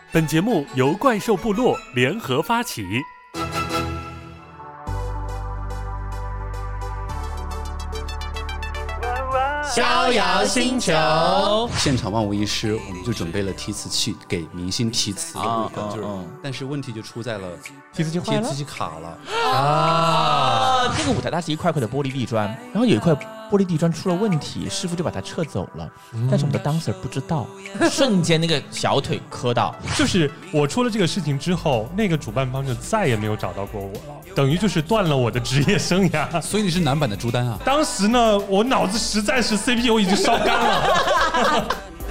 本节目由怪兽部落联合发起。 逍遥星球， 现场万无一失，我们就准备了提词器给明星提词的部分，但是问题就出在了提词器坏了， 提词器卡了这个舞台它是一块块的玻璃地砖，然后有一块玻璃地砖出了问题，师傅就把它撤走了，但是我们的 dancer 不知道，瞬间那个小腿磕到。 就是我出了这个事情之后，那个主办方就再也没有找到过我了，等于就是断了我的职业生涯。 所以你是男版的朱丹啊？ 当时呢，我脑子实在是 CPU 已经烧干了。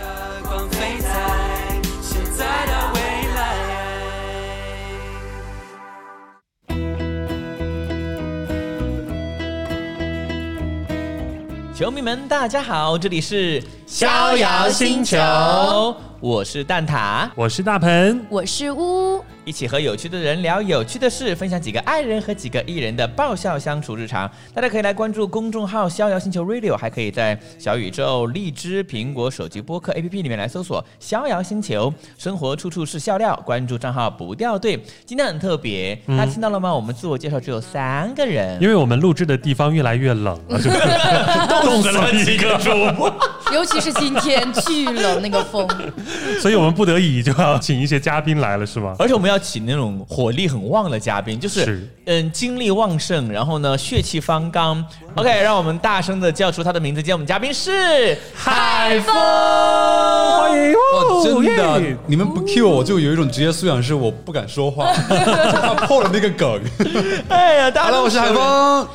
球迷们，大家好，这里是逍遥星球，我是蛋挞， 我是大鹏， 我是乌， 一起和有趣的人聊有趣的事，分享几个爱人和几个艺人的爆笑相处日常。大家可以来关注公众号逍遥星球 Radio， 还可以在小宇宙、荔枝、苹果手机播客 APP 里面来搜索逍遥星球，生活处处是笑料，关注账号不掉队。今天很特别，大家听到了吗？我们自我介绍只有3个人， 因为我们录制的地方越来越冷了，就是冻死了几个主播， 尤其是今天巨冷，那个风， 所以我们不得已就要请一些嘉宾来了，是吗？ 而且我们要请那种火力很旺的嘉宾，就是精力旺盛，然后呢血气方刚。OK， 让我们大声的叫出他的名字。今天我们嘉宾是海峰， 欢迎！ 真的，你们不 cue 我就有一种职业素养，是我不敢说话，怕破了那个梗。 哎呀，大家 Hello，我是海峰，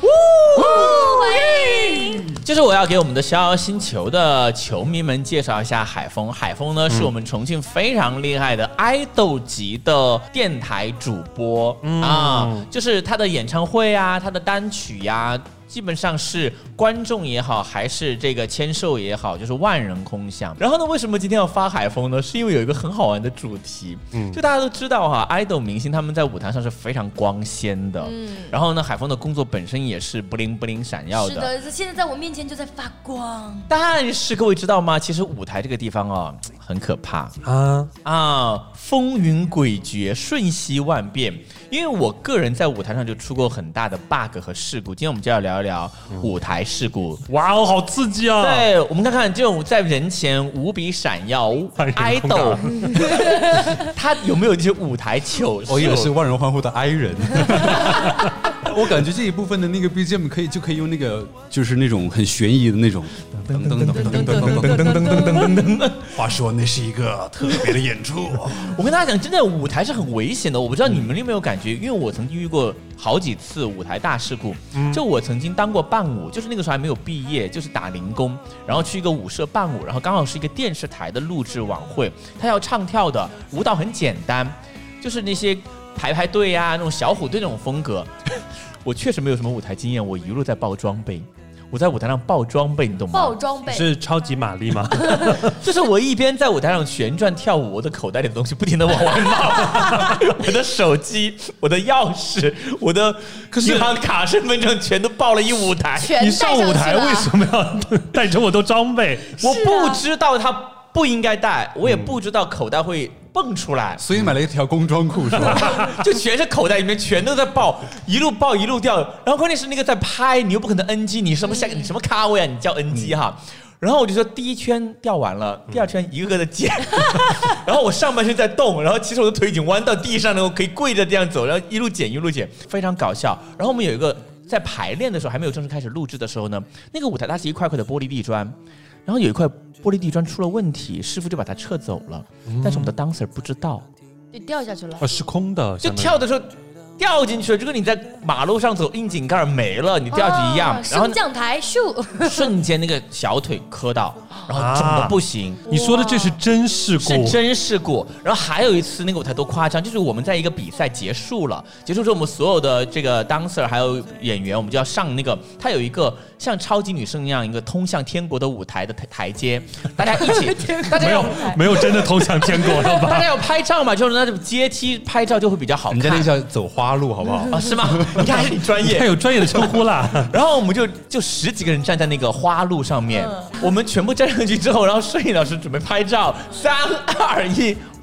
欢迎。 就是我要给我们的逍遥星球的球迷们介绍一下海峰。海峰呢是我们重庆非常厉害的idol级的电台主播就是他的演唱会啊，他的单曲呀，基本上是观众也好，还是这个签售也好，就是万人空巷。然后呢，为什么今天要发海峰呢？是因为有一个很好玩的主题，就大家都知道哈，idol 明星他们在舞台上是非常光鲜的，然后呢，海峰的工作本身也是不灵不灵闪耀的， 是的，现在在我面前就在发光。 但是各位知道吗？其实舞台这个地方哦，很可怕风云诡谲，瞬息万变。因为我个人在舞台上就出过很大的 bug 和事故，今天我们就要聊一聊舞台事故。 哇哦，好刺激啊！ 对，我们看看这种在人前无比闪耀 idol， 他有没有这些舞台糗事？ 我以为是万人欢呼的 I 人。我感觉这一部分的那个 BGM 就可以用那个，就是那种很悬疑的那种。噔噔噔噔噔噔噔噔噔噔噔。话说那是一个特别的演出。 我跟大家讲，真的舞台是很危险的。我不知道你们有没有感觉，因为我曾经遇过好几次舞台大事故。就我曾经当过伴舞，就是那个时候还没有毕业，就是打零工，然后去一个舞社伴舞，然后刚好是一个电视台的录制晚会，他要唱跳的舞蹈很简单，就是那些排队啊，那种小虎队那种风格。我确实没有什么舞台经验，我一路在抱装备。我在舞台上抱装备，你懂吗？ 抱装备是超级玛丽吗？ 就是我一边在舞台上旋转跳舞，我的口袋里的东西不停地往外冒，我的手机、我的钥匙、我的银行卡、身份证全都抱了一舞台。 你上舞台为什么要带这么多装备？ 我不知道他不应该带，我也不知道口袋会蹦出来， 所以买了一条工装裤是吧？ 就全是口袋里面全都在爆，一路爆一路掉。然后关键是那个在拍，你又不可能 NG， 你什么咖位啊？你叫 NG 哈。然后我就说第一圈掉完了，第二圈一个个的捡，然后我上半身在动，然后其实我的腿已经弯到地上了，我可以跪着这样走，然后一路捡一路捡，非常搞笑。然后我们有一个在排练的时候，还没有正式开始录制的时候呢，那个舞台它是一块块的玻璃地砖，然后有一块玻璃地砖出了问题，师傅就把它撤走了，但是我们的 dancer 不知道， 就掉下去了。 是空的， 就跳的时候掉进去了，就跟你在马路上走窨井盖没了，你掉下去一样。然后升降台咻， 瞬间那个小腿磕到，然后肿的不行。 你说的这是真事故？ 是真事故。然后还有一次那个舞台多夸张，就是我们在一个比赛结束了，结束之后我们所有的这个 dancer 还有演员，我们就要上那个，它有一个像超级女生一样一个通向天国的舞台的台阶，大家一起，大家没有真的通向天国了吧？ 大家要拍照嘛，就是那种阶梯拍照就会比较好看。 人家那叫走花路，好不好？ 啊，是吗？你看还是你专业， 还有专业的称呼啦。 然后我们就10几个人站在那个花路上面，我们全部站上去之后，然后摄影老师准备拍照，3、2、1。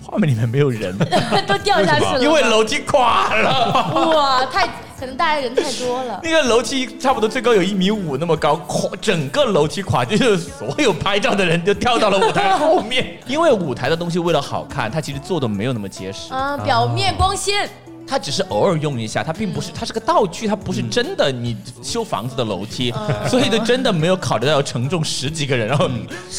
画面里面没有人， 都掉下去了， 因为楼梯垮了。 哇，可能大家人太多了。 那个楼梯差不多最高有1.5米那么高，整个楼梯垮，就是所有拍照的人就跳到了舞台后面。因为舞台的东西为了好看，它其实做的没有那么结实啊，表面光鲜。 它只是偶尔用一下，它并不是，它是个道具，它不是真的你修房子的楼梯，所以就真的没有考虑到要承重10几个人，然后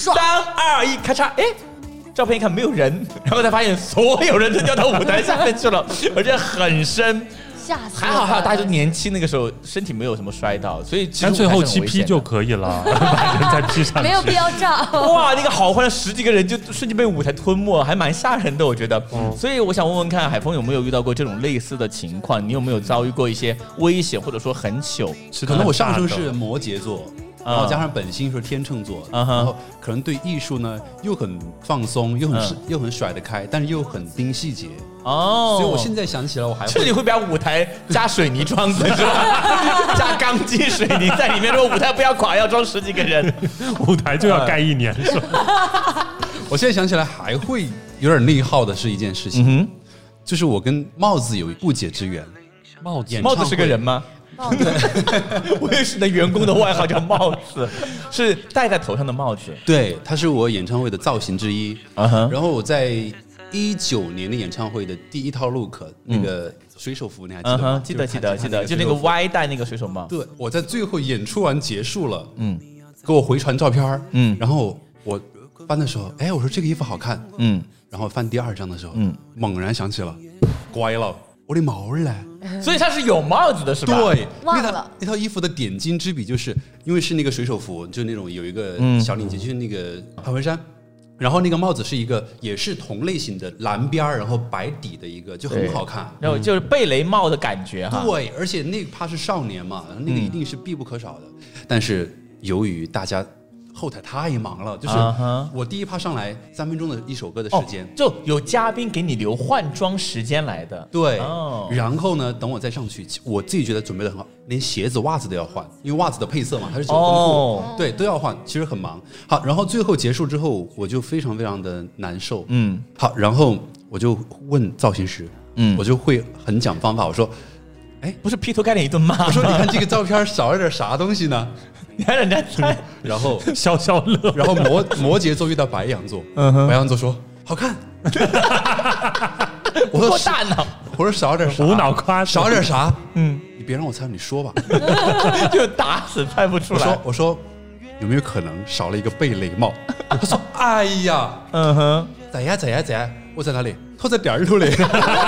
3、2、1，咔嚓，哎。照片一看没有人，然后才发现所有人都掉到舞台下面去了，而且很深。 吓死！ 还好大家都年轻，那个时候身体没有什么摔倒，所以干脆后期 P 就可以了，把人再 P 上去。 没有必要照。 哇，那个好欢乐10几个人就瞬间被舞台吞没，还蛮吓人的，我觉得。所以我想问问看，海峰有没有遇到过这种类似的情况？你有没有遭遇过一些危险，或者说很糗？ 可能我上升是摩羯座。然后加上本星是天秤座，然后可能对艺术呢又很放松，又很甩得开，但是又很盯细节哦。所以我现在想起来，我还就你会把舞台加水泥桩子是吧？加钢筋水泥在里面，如果舞台不要垮，要装10几个人， 舞台就要盖1年是吧？ 我现在想起来还会有点内耗的是一件事情，就是我跟帽子有不解之缘。 帽子是个人吗？我也是的，员工的外号叫帽子，是戴在头上的帽子。 对，它是我演唱会的造型之一。然后我在19年的演唱会的第一套 look， 那个水手服你还记得吗？ 记得，就那个歪戴那个水手帽。 对，我在最后演出完结束了，给我回传照片，然后我翻的时候，哎，我说这个衣服好看，然后翻第2张的时候，猛然想起了，乖了，我的帽儿嘞。 所以它是有帽子的，是吧？ 对， 忘了那套衣服的点睛之笔，就是因为是那个水手服，就那种有一个小领结，就是那个海魂衫，然后那个帽子是一个也是同类型的蓝边然后白底的一个，就很好看， 然后就是贝雷帽的感觉哈。 对，而且那个怕是少年嘛，那个一定是必不可少的。但是由于大家后台太忙了，就是我第一趴上来3分钟的一首歌的时间， 就有嘉宾给你留换装时间来的。 对，然后呢，等我再上去，我自己觉得准备的很好，连鞋子、袜子都要换，因为袜子的配色嘛，它是9分裤，对，都要换，其实很忙。好，然后最后结束之后，我就非常非常的难受。好，然后我就问造型师，我就会很讲方法，我说，哎， 不是劈头盖脸一顿骂， 我说你看这个照片少了点啥东西呢？ 你还人家猜， 然后消乐， 然后摩羯座遇到白羊座，白羊座说好看，我说大脑， 我说少点啥， 无脑夸， 少点啥，你别让我猜，你说吧， 就打死猜不出来。 我说有没有可能少了一个贝雷帽？他说哎呀，在呀，我在哪里？我在点儿头里。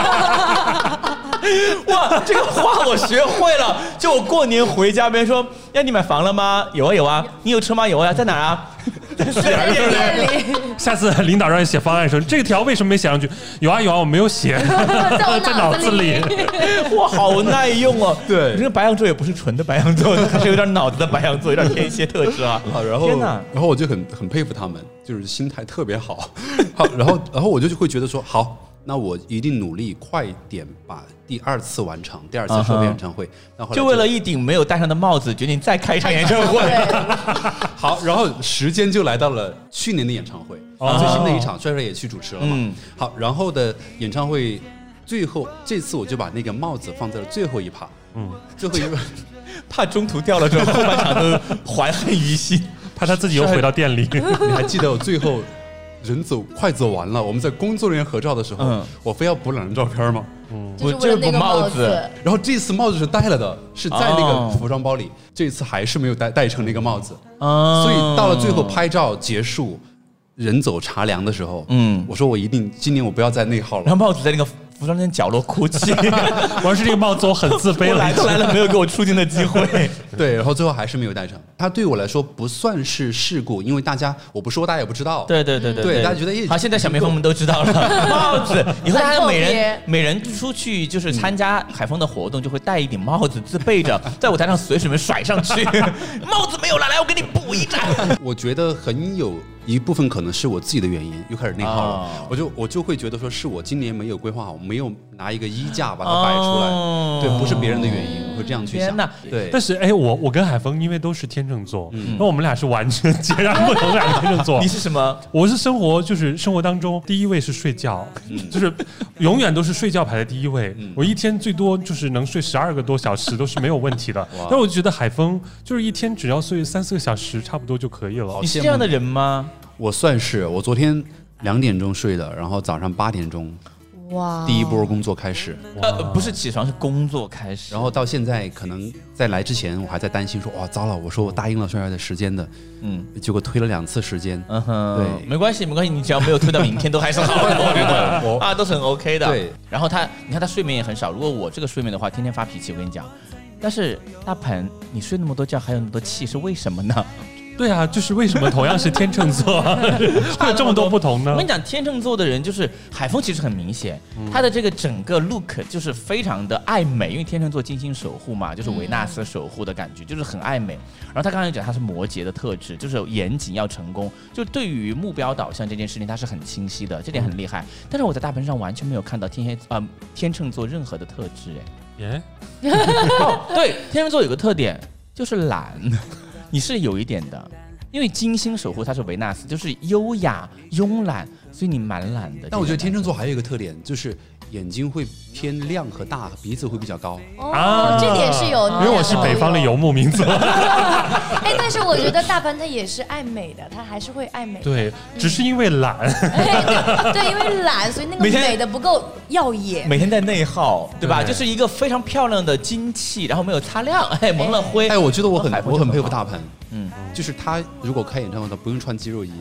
哇，这个话我学会了。就我过年回家，别人说：“呀，你买房了吗？”有啊。你有车吗？有啊。在哪儿啊？在店里。 下次领导让你写方案的时候，这个条为什么没写上去？有啊，我没有写，在脑子里。 哇，好耐用哦。 对， 这个白羊座也不是纯的白羊座，还是有点脑子的白羊座，有点天蝎特质啊。 好，然后我就很佩服他们，就是心态特别好。好，然后我就会觉得说好。那我一定努力快点把第2次完成，第2次收费演唱会。 就为了一顶没有戴上的帽子，决定再开一场演唱会。 好，然后时间就来到了去年的演唱会，最新的一场，帅帅也去主持了嘛。好，然后的演唱会最后这次我就把那个帽子放在了最后一趴，最后一趴， 怕中途掉了之后后半场都怀恨于心， 怕他自己又回到店里。 你还记得我最后？人快走完了，我们在工作人员合照的时候，我非要补2张照片吗？ 我就是补帽子。 然后这次帽子是戴了的，是在那个服装包里，这次还是没有戴成那个帽子。所以到了最后拍照结束，人走茶凉的时候，我说我一定今年我不要再内耗了。 然后帽子在那个服装间角落哭泣， 我是这个帽子我很自卑了， 来都来了没有给我出镜的机会。 对，然后最后还是没有戴上。它对我来说不算是事故，因为我不说大家也不知道。 对， 大家觉得好，现在小蜜蜂们都知道了。帽子以后大家每人出去就是参加海峰的活动，就会戴一顶帽子自备着，在舞台上随时们甩上去。帽子没有了，来我给你补一盏。 我觉得很有一部分可能是我自己的原因，又开始内耗了。我就会觉得说是我今年没有规划好，没有拿一个衣架把它摆出来，对，不是别人的原因，我会这样去想。 天哪， 对， 但是我跟海峰因为都是天秤座，那我们俩是完全截然不同的两个天秤座。 你是什么？ 我是生活当中第一位是睡觉，就是永远都是睡觉排在第一位。我一天最多就是能睡12个多小时都是没有问题的。但我就觉得海峰就是一天只要睡3-4个小时差不多就可以了。 你是这样的人吗？ 我算是，我昨天2点钟睡的，然后早上8点钟。 哇， 第一波工作开始， 不是起床，是工作开始。 然后到现在，可能在来之前，我还在担心说，哇，糟了，我说我答应了帅帅的时间的，结果推了2次时间，对， 没关系，你只要没有推到明天，都还是好的，我觉得啊，都是很 OK 的。 对， 然后你看他睡眠也很少，如果我这个睡眠的话，天天发脾气，我跟你讲。但是大鹏，你睡那么多觉，还有那么多气，是为什么呢？ 对啊，就是为什么同样是天秤座，会有这么多不同呢？ 我跟你讲，天秤座的人就是海峰，其实很明显，他的这个整个 look 就是非常的爱美，因为天秤座金星守护嘛，就是维纳斯守护的感觉，就是很爱美。然后他刚才讲他是摩羯的特质，就是严谨要成功，就对于目标导向这件事情他是很清晰的，这点很厉害。但是我在大鹏上完全没有看到天秤座任何的特质，对，天秤座有个特点就是懒。你是有一点的，因为金星守护它是维纳斯，就是优雅慵懒，所以你蛮懒的。 但我觉得天秤座还有一个特点，就是眼睛会偏亮和大，鼻子会比较高。 这点是有， 因为我是北方的游牧民族。 但是我觉得大鹏他也是爱美的，他还是会爱美的。 对，只是因为懒。 对，因为懒，所以那个美的不够耀眼。 每天在内耗，对吧？就是一个非常漂亮的金器，然后没有擦亮，蒙了灰。 我觉得我很佩服大鹏，就是他如果开演唱会，他不用穿肌肉衣。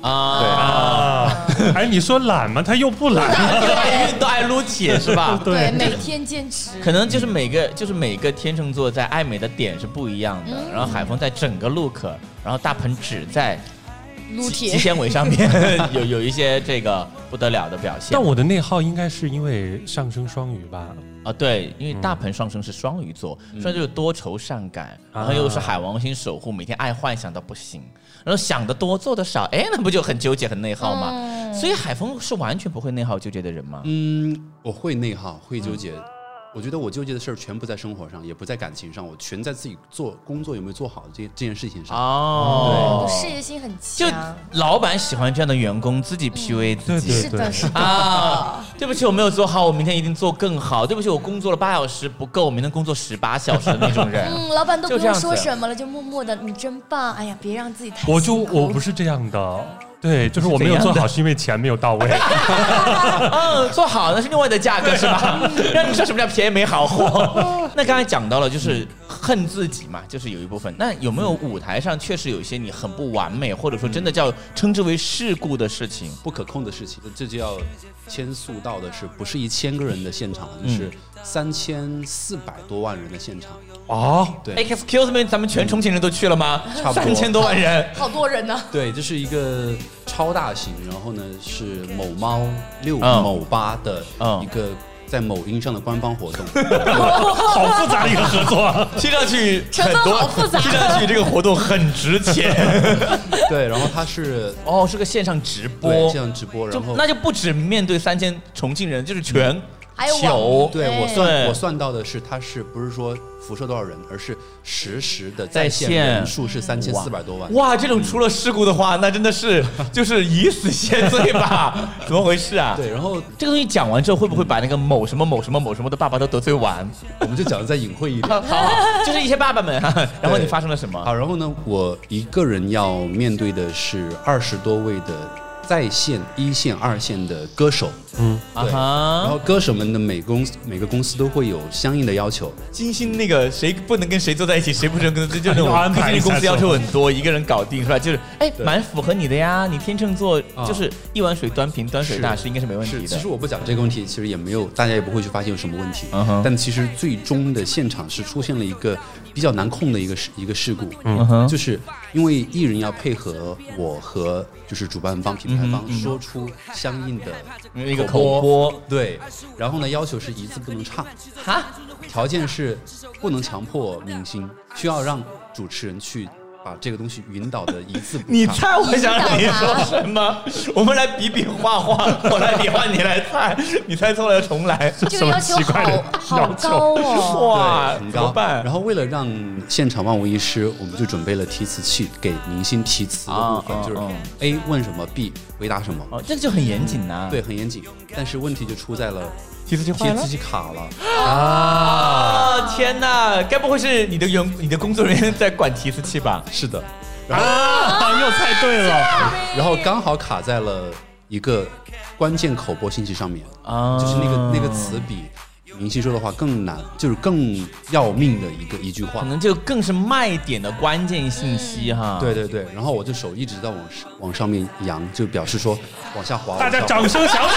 你说懒吗？他又不懒， 爱运动爱撸铁是吧？ 对，每天坚持。 可能就是每个天秤座在爱美的点是不一样的。然后海峰在整个 look， 然后大鹏只在撸铁肌纤维上面有一些这个不得了的表现。 但我的内耗应该是因为上升双鱼吧？ 对，因为大鹏上升是双鱼座，双鱼就是多愁善感，然后又是海王星守护，每天爱幻想到不行，然后想得多做得少，那不就很纠结很内耗吗？所以海峰是完全不会内耗纠结的人吗？ 我会内耗，会纠结。我觉得我纠结的事儿全不在生活上，也不在感情上，我全在自己做工作有没有做好这件事情上。 对，事业心很强。 就老板喜欢这样的员工，自己 PUA 自己。 是的，是的。 对不起，我没有做好，我明天一定做更好。对不起，我工作了8小时不够，我明天工作18小时的那种人。 老板都不用说什么了，就默默的，你真棒。哎呀，别让自己太…… 我不是这样的。对，就是我没有做好，是因为钱没有到位。 做好那是另外的价格是吧？让你说什么叫便宜没好货？那刚才讲到了，就是恨自己嘛，就是有一部分。那有没有舞台上确实有一些你很不完美，或者说真的叫称之为事故的事情、 不可控的事情？这就要牵涉到的是不是1000个人的现场，就是3400多万人的现场。对 ，Excuse me， 咱们全重庆人都去了吗？ 差不多 3000多万人， 好多人呢。 对，这是一个超大型，然后呢是某猫6某8的一个在某音上的官方活动。 好复杂的一个合作， 听上去很多，好复杂。 听上去这个活动很值钱。 对，然后它是是个线上直播， 线上直播，然后那就不止面对3000重庆人，就是全。 还有对我算到的是，它是不是说辐射多少人，而是实时的在线人数是3400多万。 哇，这种出了事故的话，那真的是就是以死谢罪吧？怎么回事啊？ 对，然后这个东西讲完之后，会不会把那个某什么某什么某什么的爸爸都得罪完？ 我们就讲的再隐晦一点。 好，就是一些爸爸们。然后你发生了什么？ 好，然后呢，我一个人要面对的是20多位的在线1线2线的歌手，对，然后歌手们的每个公司都会有相应的要求。 金星那个谁不能跟谁坐在一起，谁不能跟就那种经纪公司要求很多，一个人搞定是吧？就是蛮符合你的呀，你天秤座就是一碗水端平，端水大师应该是没问题的。 其实我不讲这个问题，其实也没有，大家也不会去发现有什么问题。但其实最终的现场是出现了一个比较难控的一个事故，就是因为艺人要配合我和就是主办方品牌方说出相应的一个口播， 对，然后呢要求是一字不能差，条件是不能强迫明星，需要让主持人去把这个东西晕倒的一字不差。 你猜我想让你说什么？我们来比比划划，我来比划，你来猜，你猜错了重来。 这个要求好高哦， 哇， 很高。 怎么办？ 然后为了让现场万无一失，我们就准备了提词器给明星提词的部分，就是 A 问什么 ，B 回答什么。 哦，这就很严谨呐。 对，很严谨。但是问题就出在了提词器坏了， 提词器卡了。 天哪！该不会是你的工作人员在管提词器吧？ 是的。 又猜对了。 然后刚好卡在了一个关键口播信息上面，就是那个词比明星说的话更难，就是更要命的一句话， 可能就更是卖点的关键信息哈。 对对对，然后我就手一直在往上面扬，就表示说往下滑。 大家掌声响起。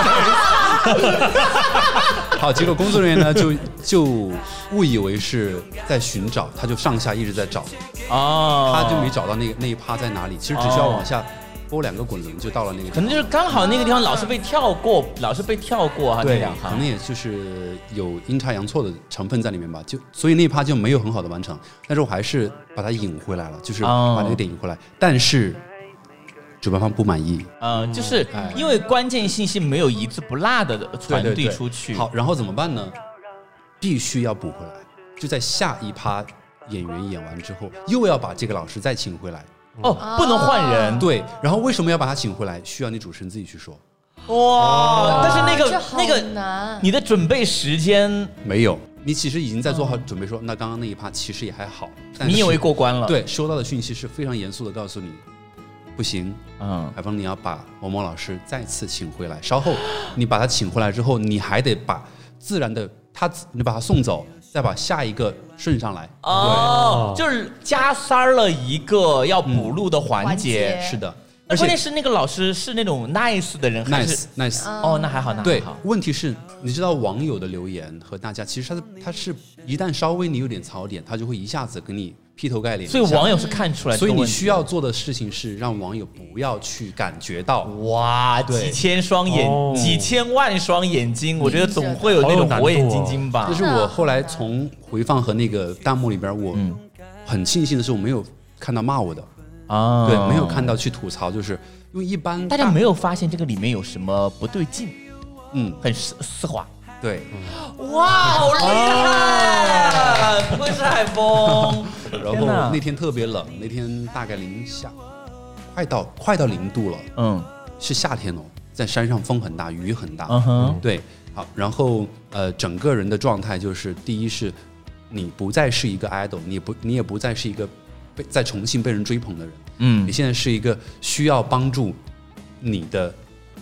好，结果工作人员呢就误以为是在寻找，他就上下一直在找，他就没找到那一趴在哪里。其实只需要往下拨2个滚轮就到了那个地方， 可能就是刚好那个地方老是被跳过哈， 对， 那2行可能也就是有阴差阳错的成分在里面吧，所以那一趴就没有很好的完成，但是我还是把它引回来了，就是把那个点引回来，但是主办方不满意， 就是因为关键信息没有一字不落的传递出去。 好，然后怎么办呢？必须要补回来，就在下一趴演员演完之后，又要把这个老师再请回来。 不能换人。 对，然后为什么要把他请回来？需要你主持人自己去说。 哇！但是那个难， 你的准备时间没有，你其实已经在做好准备说，那刚刚那一趴其实也还好，但是你以为过关了？ 对，收到的讯息是非常严肃的告诉你，不行，海峰你要把某某老师再次请回来，稍后你把他请回来之后，你还得把自然的你把他送走，再把下一个顺上来。 就是加塞了一个要补录的环节。 是的。 而且关键是那个老师是那种 nice 的人，还是 nice 那还好，那还好。 对，问题是你知道网友的留言和大家，其实他是一旦稍微你有点槽点，他就会一下子给你劈头盖脸。 所以网友是看出来， 所以你需要做的事情是让网友不要去感觉到哇，几千万双眼睛，我觉得总会有那种火眼金睛吧。 这是我后来从回放和那个弹幕里边，我很庆幸的是我没有看到骂我的。对，没有看到去吐槽，就是因为一般大家没有发现这个里面有什么不对劲，很丝滑。 对， 哇，好厉害！不愧是海峰。 然后那天特别冷，那天大概零下，快到0度了，是夏天哦，在山上风很大，雨很大，对，好，然后整个人的状态就是，第一是你不再是一个 idol， 你也不再是一个在重庆被人追捧的人，你现在是一个需要帮助你的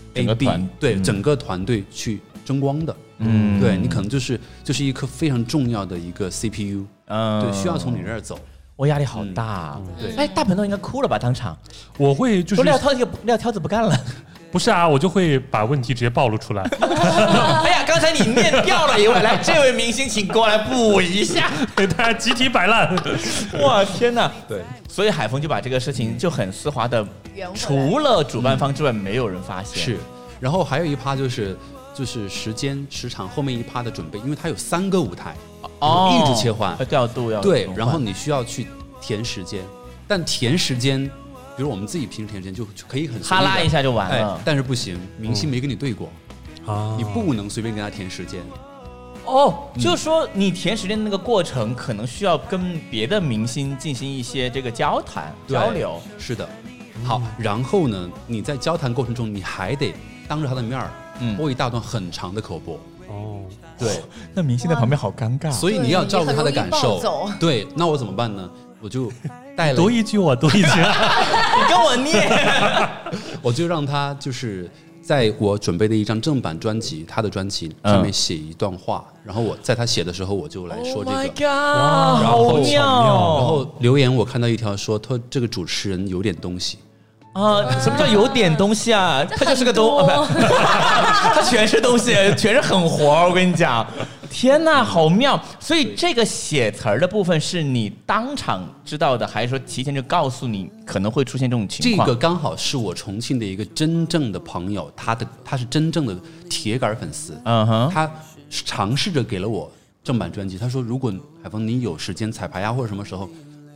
AB 对整个团队去争光的，对你可能就是一颗非常重要的一个 CPU，对，需要从你这儿走。 我压力好大，对，大鹏都应该哭了吧？当场我会就是撂挑子不干了。 不是啊，我就会把问题直接暴露出来。 哎呀，刚才你念掉了一位，来，这位明星请过来补一下， 给大家集体摆烂。 哇，天哪！ 对， 所以海峰就把这个事情就很丝滑的，除了主办方之外，没有人发现。 是，然后还有一趴就是时长后面一趴的准备，因为它有3个舞台，一直切换， 调度要对，然后你需要去填时间，但填时间。比如我们自己平时填时间就可以很哈拉一下就完了， 但是不行，明星没跟你对过，你不能随便跟他填时间。 就是说你填时间的那个过程，可能需要跟别的明星进行一些这个交谈交流。 是的，好，然后呢，你在交谈过程中，你还得当着他的面播一大段很长的口播。对， 那明星在旁边好尴尬， 所以你要照顾他的感受。对，那我怎么办呢？我就带了读一句我读一句， 你跟我念， 我就让他就是在我准备的一张正版专辑，他的专辑上面写一段话，然后我在他写的时候我就来说这个， Oh my God， 好妙。 然后留言我看到一条说，他这个主持人有点东西。 什么叫有点东西啊？他就是个他全是东西，全是狠活。我跟你讲，天哪，好妙！所以这个写词儿的部分是你当场知道的，还是说提前就告诉你可能会出现这种情况？ 这个刚好是我重庆的一个真正的朋友，他是真正的铁杆粉丝，他尝试着给了我正版专辑。他说，如果海峰你有时间彩排呀或者什么时候，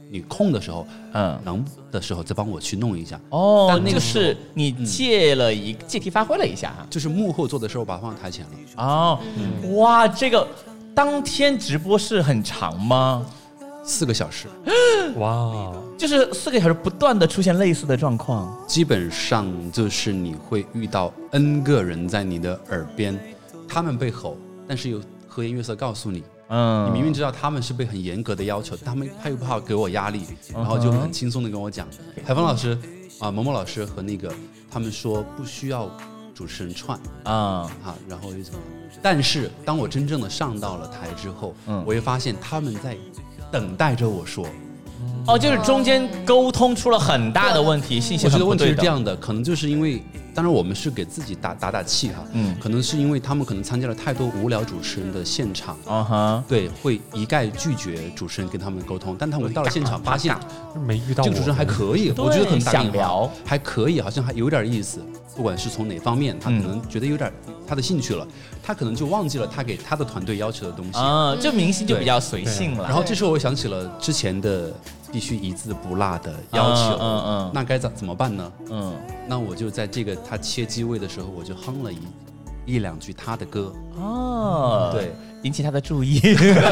你空的时候，能的时候再帮我去弄一下。 哦， 但那个就是你借题发挥了一下， 就是幕后做的时候把它放在台前了。 哦，哇，这个当天直播是很长吗 ？4个小时。 哇， 就是4个小时不断的出现类似的状况， 基本上就是你会遇到 N 个人在你的耳边，他们被吼，但是又和颜悦色告诉你，你明明知道他们是被很严格的要求，他又不好给我压力，然后就很轻松的跟我讲，海峰老师某某老师和那个他们说不需要主持人串然后又怎么样？但是当我真正的上到了台之后，我会发现他们在等待着我说。 就是中间沟通出了很大的问题，信息很不对等。 我觉得问题是这样的，可能就是因为，当然我们是给自己打气哈，可能是因为他们可能参加了太多无聊主持人的现场，对，会一概拒绝主持人跟他们沟通，但他们到了现场发现没遇到这个主持人还可以，我觉得可能想聊还可以，好像还有点意思，不管是从哪方面，他可能觉得有点他的兴趣了，他可能就忘记了他给他的团队要求的东西这明星就比较随性了。 然后这时候我想起了之前的必须一字不落的要求，那该怎么办呢？那我就在这个他切机位的时候，我就哼了一两句他的歌，对， 引起他的注意。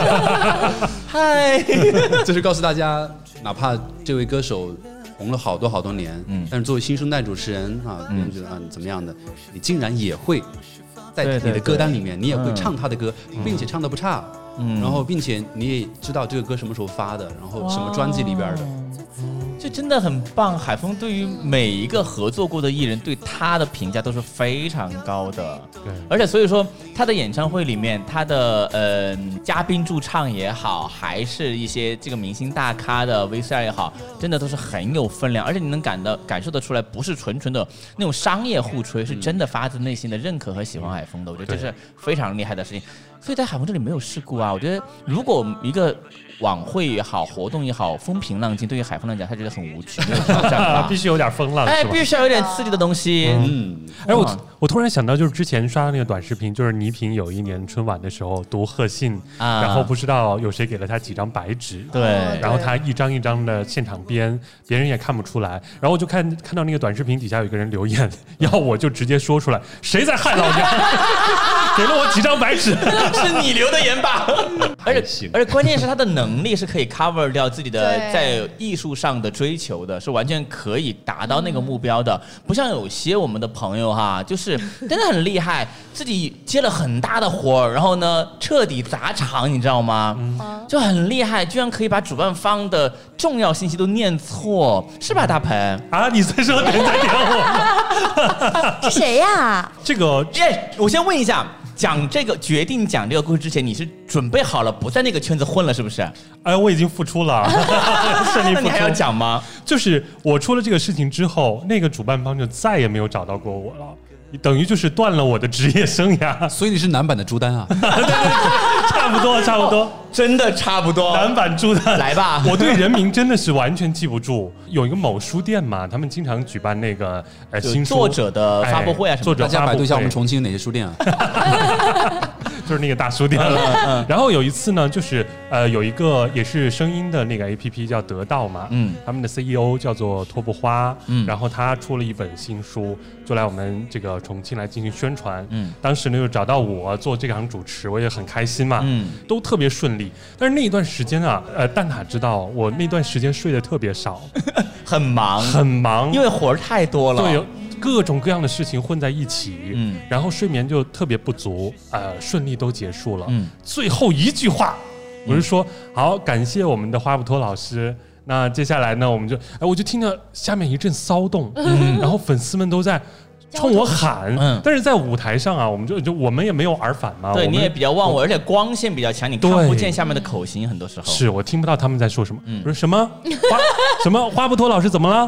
嗨， 就是告诉大家，哪怕这位歌手红了好多年，但是作为新生代主持人别人觉得怎么样的，你竟然也会在你的歌单里面，你也会唱他的歌，并且唱得不差。然后并且你也知道这个歌什么时候发的，然后什么专辑里边的， 这真的很棒。海峰对于每一个合作过的艺人，对他的评价都是非常高的。 对， 而且所以说他的演唱会里面，他的嘉宾驻唱也好，还是一些这个明星大咖的 VCR 也好，真的都是很有分量，而且你能感受得出来，不是纯纯的那种商业互吹，是真的发自内心的认可和喜欢海峰的。我觉得这是非常厉害的事情。所以在海峰这里没有事故啊。我觉得如果一个晚会也好，活动也好，风平浪静，对于海峰来讲，他觉得很无趣， 必须有点风浪， 必须要有点刺激的东西。 我突然想到，就是之前刷的那个短视频，就是倪萍有一年春晚的时候读贺信，然后不知道有谁给了他几张白纸， 对， 然后他一张一张的现场编，别人也看不出来，然后我就看到那个短视频底下有一个人留言，要我就直接说出来，谁在害老娘？给了我几张白纸， 是你留的言吧？而且关键是他的能力是可以 cover 掉自己的在艺术上的追求的，是完全可以达到那个目标的。不像有些我们的朋友哈，就是真的很厉害，自己接了很大的活儿，然后呢彻底砸场，你知道吗？就很厉害，居然可以把主办方的重要信息都念错，是吧，大鹏？ 你在说人在点我？ 是谁呀？ 这个， 我先问一下。决定讲这个故事之前，你是准备好了不在那个圈子混了是不是？ 我已经付出了，顺利付出。 那你还要讲吗？ 就是我出了这个事情之后，那个主办方就再也没有找到过我了，等于就是断了我的职业生涯。 所以你是男版的朱丹啊？ 差不多， 真的差不多。 男版朱丹， 来吧。 我对人名真的是完全记不住。有一个某书店嘛，他们经常举办那个新书作者的发布会啊什么的。 大家百度一下我们重庆哪些书店啊？ 就是那个大书店了。然后有一次呢，就是有一个也是声音的那个 APP 叫得到嘛，他们的 CEO 叫做托布花，然后他出了一本新书，就来我们这个重庆来进行宣传。当时呢就找到我做这行主持，我也很开心嘛，都特别顺利。但是那一段时间啊，蛋挞知道我那段时间睡得特别少， 很忙，因为活儿太多了。 对，有各种各样的事情混在一起，然后睡眠就特别不足，顺利都结束了。最后一句话，我是说好，感谢我们的花不脱老师。那接下来呢，我就听到下面一阵骚动，然后粉丝们都在冲我喊，但是在舞台上啊，我们也没有耳返嘛， 对，你也比较忘我，而且光线比较强，你看不见下面的口型，很多时候是我听不到他们在说什么。我说什么花不脱老师怎么了？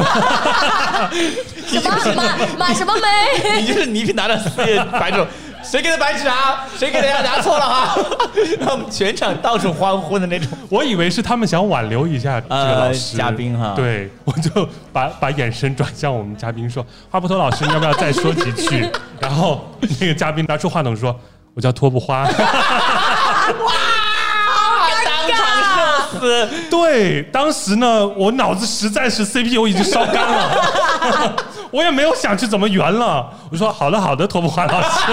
什么没？ 你就是倪萍拿着白纸，谁给的白纸啊？谁给的呀？拿错了哈！然后全场到处欢呼的那种。 我以为是他们想挽留一下这个老师嘉宾哈。 对，我就把眼神转向我们嘉宾说：“花不脱老师，你要不要再说几句？”然后那个嘉宾拿出话筒说：“我叫托布花。” 哇！当场社死。 对，当时呢，我脑子实在是 CPU 已经烧干了，我也没有想去怎么圆了。我说好的，托普华老师。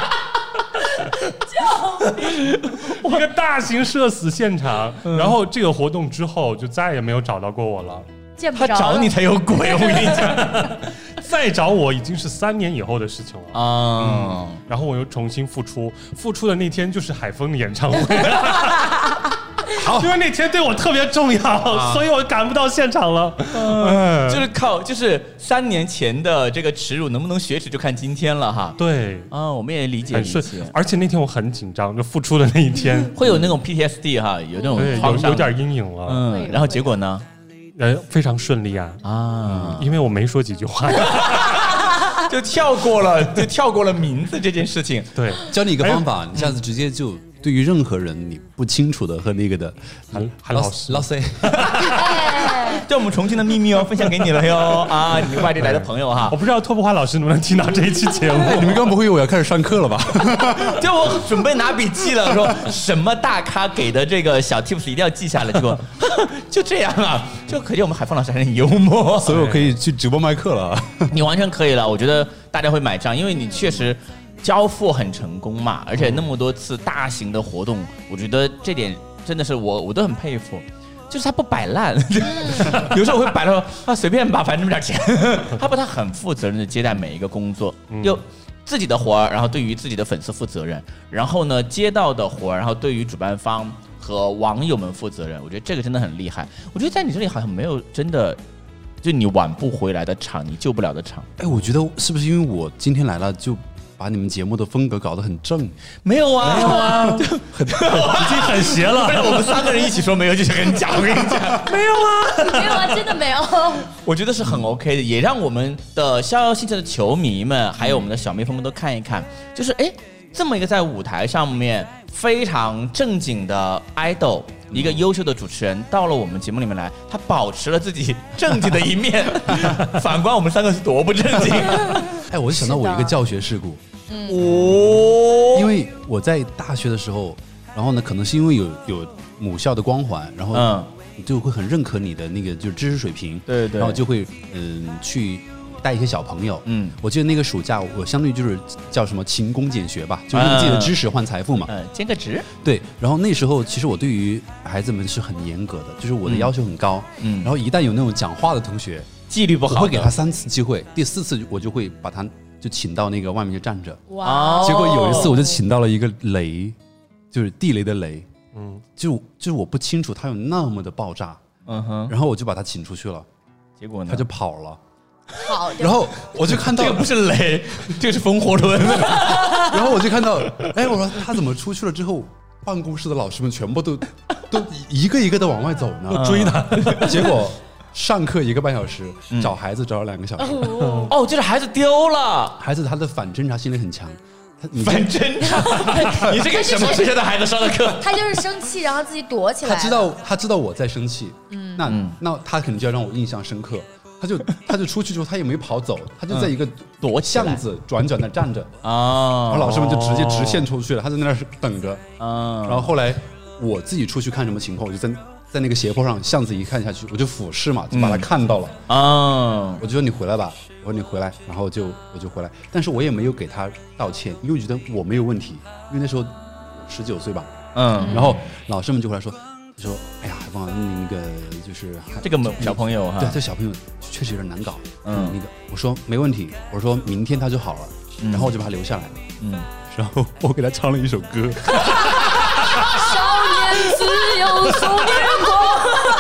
一个大型社死现场，然后这个活动之后就再也没有找到过我了。 见不着了他找你才有鬼，我跟你讲。 再找我已经是3年以后的事情了啊。 然后我又重新复出的那天就是海峰的演唱会。好，因为那天对我特别重要，所以我赶不到现场了。 就是3年前的这个耻辱能不能雪耻就看今天了哈。 对啊，我们也理解。 而且那天我很紧张，就复出的那一天会有那种 PTSD 哈，有那种有点阴影了。 然后结果呢？ 非常顺利啊，因为我没说几句话。 就跳过了名字这件事情。 对， 教你一个方法，你下次直接就对于任何人你不清楚的和那个的， 韩老师， 老师， 这我们重庆的秘密哦，分享给你了哟啊！你们外地来的朋友哈， 我不知道托普华老师能不能听到这一期节目。 你们刚不会以为我要开始上课了吧？ 就我准备拿笔记了，说什么大咖给的这个小 tips 一定要记下来，结果就这样啊，就可见我们海峰老师还是很幽默， 所以我可以去直播卖课了。 你完全可以了，我觉得大家会买账，因为你确实交付很成功嘛，而且那么多次大型的活动，我觉得这点真的是我都很佩服。就是他不摆烂，有时候我会摆到随便吧，反正这么点钱。他很负责任的接待每一个工作，又自己的活儿，然后对于自己的粉丝负责任，然后呢接到的活儿，然后对于主办方和网友们负责任。我觉得这个真的很厉害。我觉得在你这里好像没有真的，就你挽不回来的场，你救不了的场。 哎，我觉得是不是因为我今天来了就把你们节目的风格搞得很正？ 没有啊， 已经很邪了。 我们3个人一起说没有，就是跟你讲，我跟你讲， 没有啊，真的没有。 我觉得是很 OK 的，也让我们的逍遥星球的球迷们，还有我们的小蜜蜂们都看一看，就是这么一个在舞台上面非常正经的 idol， 一个优秀的主持人到了我们节目里面来，他保持了自己正经的一面。反观我们3个是多不正经。 哎，我就想到我一个教学事故。因为我在大学的时候，然后呢，可能是因为有母校的光环，然后你就会很认可你的那个就是知识水平， 对， 然后就会去带一些小朋友。我记得那个暑假，我相对就是叫什么勤工俭学吧，就是用自己的知识换财富嘛， 兼个职。 对，然后那时候其实我对于孩子们是很严格的，就是我的要求很高。然后一旦有那种讲话的同学， 纪律不好， 我会给他3次机会，第4次我就会把他就请到那个外面去站着。 哇！ 结果有一次我就请到了一个雷，就是地雷的雷。就是我不清楚他有那么的爆炸。然后我就把他请出去了， 结果呢， 他就跑了。 好， 然后我就看到这个不是雷，这个是风火轮。 然后我就看到，哎，我说他怎么出去了之后，办公室的老师们全部都一个一个的往外走呢， 追他。 结果上课1个半小时，找孩子找了2个小时。 哦，就是孩子丢了。 孩子他的反侦查心理很强。 反侦查？你是个什么学校的孩子上的课？ 他就是生气，然后自己躲起来。 他知道我在生气。那他肯定就要让我印象深刻。他就出去之后，他也没跑走，他就在一个巷子转的站着。然后老师们就直接直线出去了，他在那儿等着。然后后来我自己出去看什么情况，我就在那个斜坡上巷子一看下去，我就俯视嘛，就把他看到了。我就说你回来吧，我说你回来，然后我就回来，但是我也没有给他道歉，因为我觉得我没有问题，因为那时候19岁吧。然后老师们就回来说，哎呀，海峰，那个就是这个小朋友哈， 对，这小朋友确实有点难搞。那个我说没问题，我说明天他就好了。然后我就把他留下来。然后我给他唱了一首歌。 少年自有少年狂。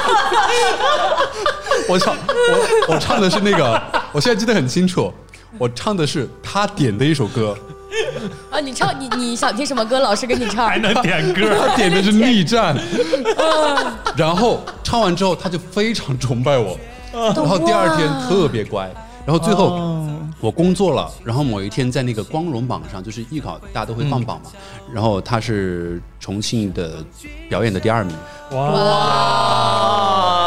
我唱的是那个，我现在记得很清楚，我唱的是他点的一首歌。 啊，你唱你想听什么歌？老师给你唱， 还能点歌？ 他点的是《逆战》。然后唱完之后，他就非常崇拜我，然后第2天特别乖，然后最后我工作了，然后某一天在那个光荣榜上，就是艺考大家都会放榜嘛，然后他是重庆的表演的第2名。 哇，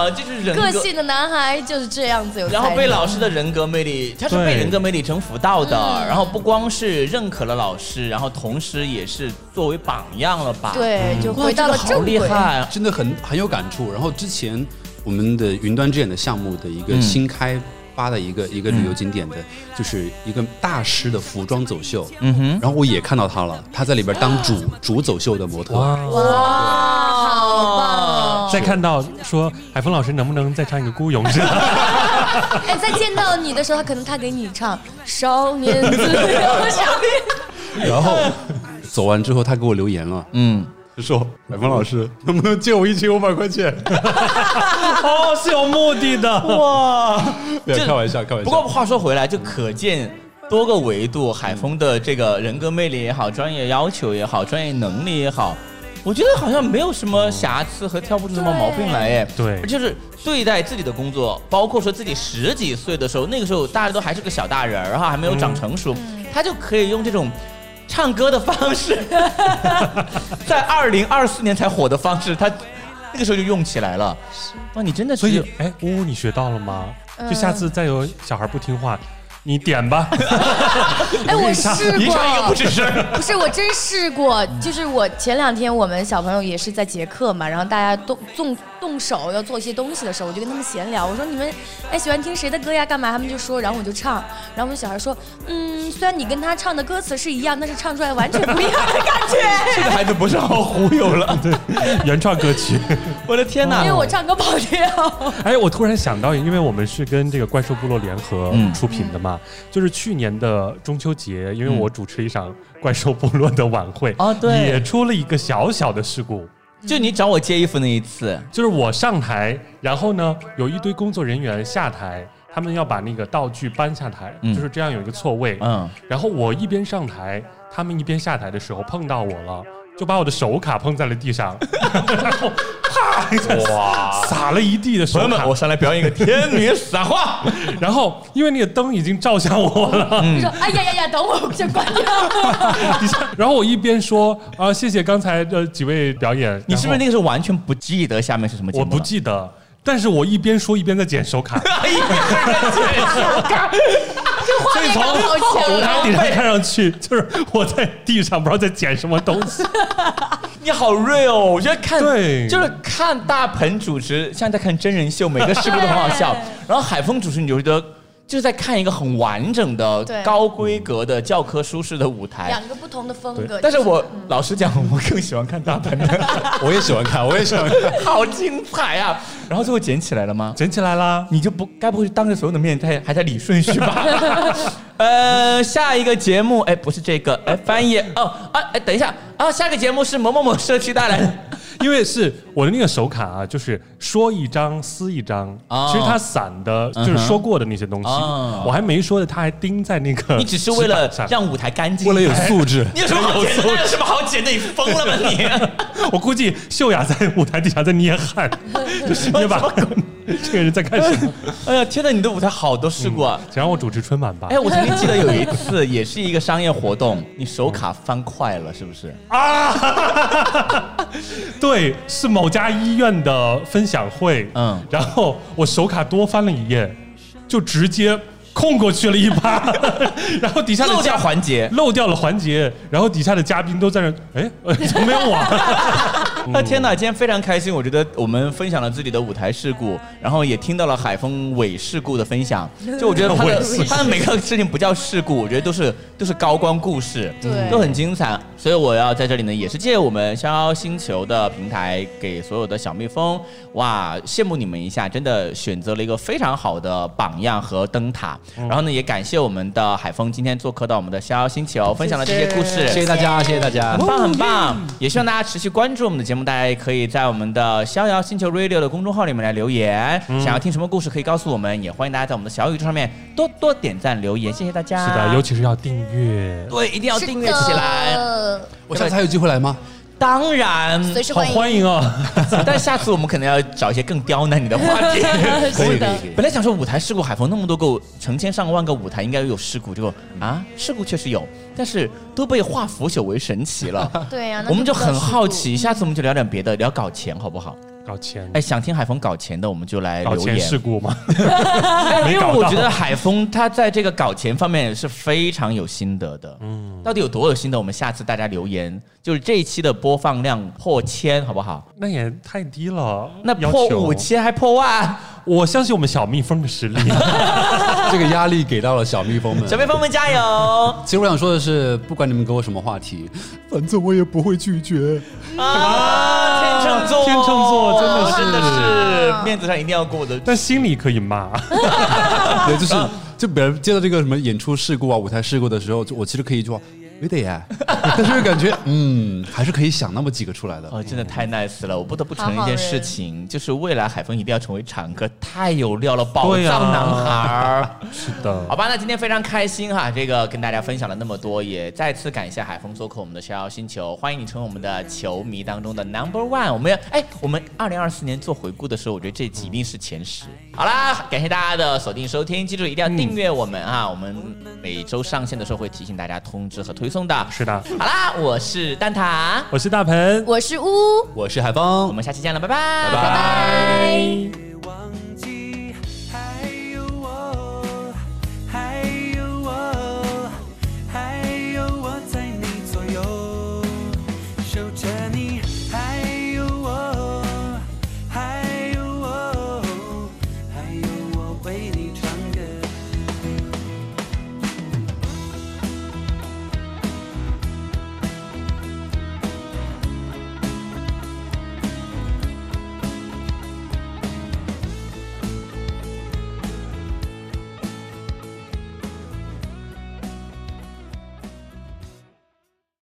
就是人格个性的男孩就是这样子， 然后被老师的人格魅力，他是被人格魅力征服到的。然后不光是认可了老师，然后同时也是作为榜样了吧？ 对，就回到了正好厉轨。 害， 真的很有感触。然后之前我们的云端之眼的项目的一个新开发的一个旅游景点的，就是一个大师的服装走秀。然后我也看到他了，他在里边当主走秀的模特。 哇，好棒！ 再看到说海峰老师能不能再唱一个《孤勇者》？ 哎，在见到你的时候，他给你唱《少年自由少年》， 然后走完之后，他给我留言了，就说海峰老师能不能借我1500块钱？ 哦，是有目的的哇！ 开玩笑。 不过话说回来，就可见多个维度，海峰的这个人格魅力也好，专业要求也好，专业能力也好。我觉得好像没有什么瑕疵和挑不出什么毛病来哎， 对， 就是对待自己的工作，包括说自己10几岁的时候，那个时候大家都还是个小大人，然后还没有长成熟，他就可以用这种唱歌的方式，在2024年才火的方式，他那个时候就用起来了。哇，你真的是， 所以哎，你学到了吗？就下次再有小孩不听话，你点吧。 哎，我试过， 一唱一个不吱声。 不是，我真试过，就是我前2天我们小朋友也是在结课嘛，然后大家动手要做一些东西的时候，我就跟他们闲聊，我说你们喜欢听谁的歌呀？干嘛？他们就说，然后我就唱，然后我们小孩说，虽然你跟他唱的歌词是一样，但是唱出来完全不一样的感觉。 这个孩子不是好忽悠了， 对，原创歌曲。 我的天哪！ 因为我唱歌跑调。 哎，我突然想到，因为我们是跟这个怪兽部落联合出品的嘛，就是去年的中秋节，因为我主持一场怪兽部落的晚会， 对， 也出了一个小小的事故。 就你找我接衣服那一次， 就是我上台，然后呢，有一堆工作人员下台，他们要把那个道具搬下台，就是这样有一个错位。然后我一边上台，他们一边下台的时候碰到我了，就把我的手卡碰在了地上，然后哇，撒了一地的手卡。 朋友们，我上来表演一个天女散花。 然后因为那个灯已经照向我了， 你说哎呀，等我就关掉。 然后我一边说谢谢刚才的几位表演。 你是不是那个时候完全不记得下面是什么节目？ 我不记得，但是我一边说一边在捡手卡。 一边在捡手卡。 所以从舞台底下看上去，就是我在地上不知道在捡什么东西。 你好 real 哦！我觉得就是看大鹏主持，像在看真人秀，每个事故都很好笑。然后海峰主持，你就觉得就是在看一个很完整的、高规格的教科书式的舞台， 两个不同的风格。 但是我老实讲，我更喜欢看大鹏的。 我也喜欢看， 好精彩啊！然后最后捡起来了吗？ 捡起来啦！ 你就该不会当着所有的面还在理顺序吧？下一个节目，不是这个，翻译等一下下一个节目是某某某社区带来的。 因为是我的那个手卡啊，就是说一张撕一张，其实它散的就是说过的那些东西，我还没说的，它还钉在那个。 你只是为了让舞台干净， 为了有素质。 你有什么好捡？有什么好捡的？你疯了吗你？ 我估计秀雅在舞台底下在捏汗，就是捏把。这个人在干什么？ 哎呀，天哪！你的舞台好多事故啊！ 想让我主持春晚吧？ 我曾经记得有一次，也是一个商业活动，你手卡翻快了，是不是？ 对，是某家医院的分享会，然后我手卡多翻了一页，就直接空过去了一趴，然后底下的漏掉了环节， 然后底下的嘉宾都在那，怎么没有我？ 天哪！今天非常开心，我觉得我们分享了自己的舞台事故，然后也听到了海峰伪事故的分享。就我觉得他的每个事情不叫事故，我觉得都是高光故事，都很精彩。所以我要在这里呢，也是借我们逍遥星球的平台，给所有的小蜜蜂，哇，羡慕你们一下，真的选择了一个非常好的榜样和灯塔。然后呢，也感谢我们的海峰今天做客到我们的逍遥星球，分享了这些故事。 谢谢大家，谢谢大家， 很棒很棒。也希望大家持续关注我们的节目，大家也可以在我们的逍遥星球 Radio 的公众号里面来留言，想要听什么故事可以告诉我们，也欢迎大家在我们的小宇宙上面多多点赞留言，谢谢大家。 是的，尤其是要订阅， 对，一定要订阅起来。 我下次还有机会来吗？ 当然， 好欢迎哦！ 但下次我们可能要找一些更刁难你的话题。 可以。 本来想说舞台事故，海峰那么多个成千上万个舞台应该有事故，结果事故确实有，但是都被化腐朽为神奇了。 对呀， 我们就很好奇，下次我们就聊点别的，聊搞钱好不好？ 搞钱， 哎，想听海峰搞钱的，我们就来搞钱留言。 事故吗？ 因为没搞到我觉得海峰他在这个搞钱方面是非常有心得的。到底有多有心得？我们下次大家留言，就是这一期的播放量破1000，好不好？ 那也太低了， 那破要求 5000还破万， 我相信我们小蜜蜂的实力。 这个压力给到了小蜜蜂们。 小蜜蜂们加油！ 其实我想说的是，不管你们给我什么话题，反正我也不会拒绝。 天秤座， 天秤座真的是面子上一定要过的。 但心里可以骂。 对，就比如接到这个什么演出事故啊、舞台事故的时候，我其实可以说有点耶，但是感觉还是可以想那么几个出来的。 哦，真的太 nice 了！我不得不承认一件事情，就是未来海峰一定要成为常客，太有料了，宝藏男孩。 是的， 好吧，那今天非常开心哈，这个跟大家分享了那么多，也再次感谢海峰做客我们的逍遥星球，欢迎你成为我们的球迷当中的 No.1。我们2024年做回顾的时候，我觉得这集一定是前10。好啦，感谢大家的锁定收听，记住一定要订阅我们啊！我们每周上线的时候会提醒大家通知和推送的。 是的。 好啦，我是蛋挞， 我是大鹏， 我是乌， 我是海峰， 我们下期见了，拜拜， 拜拜。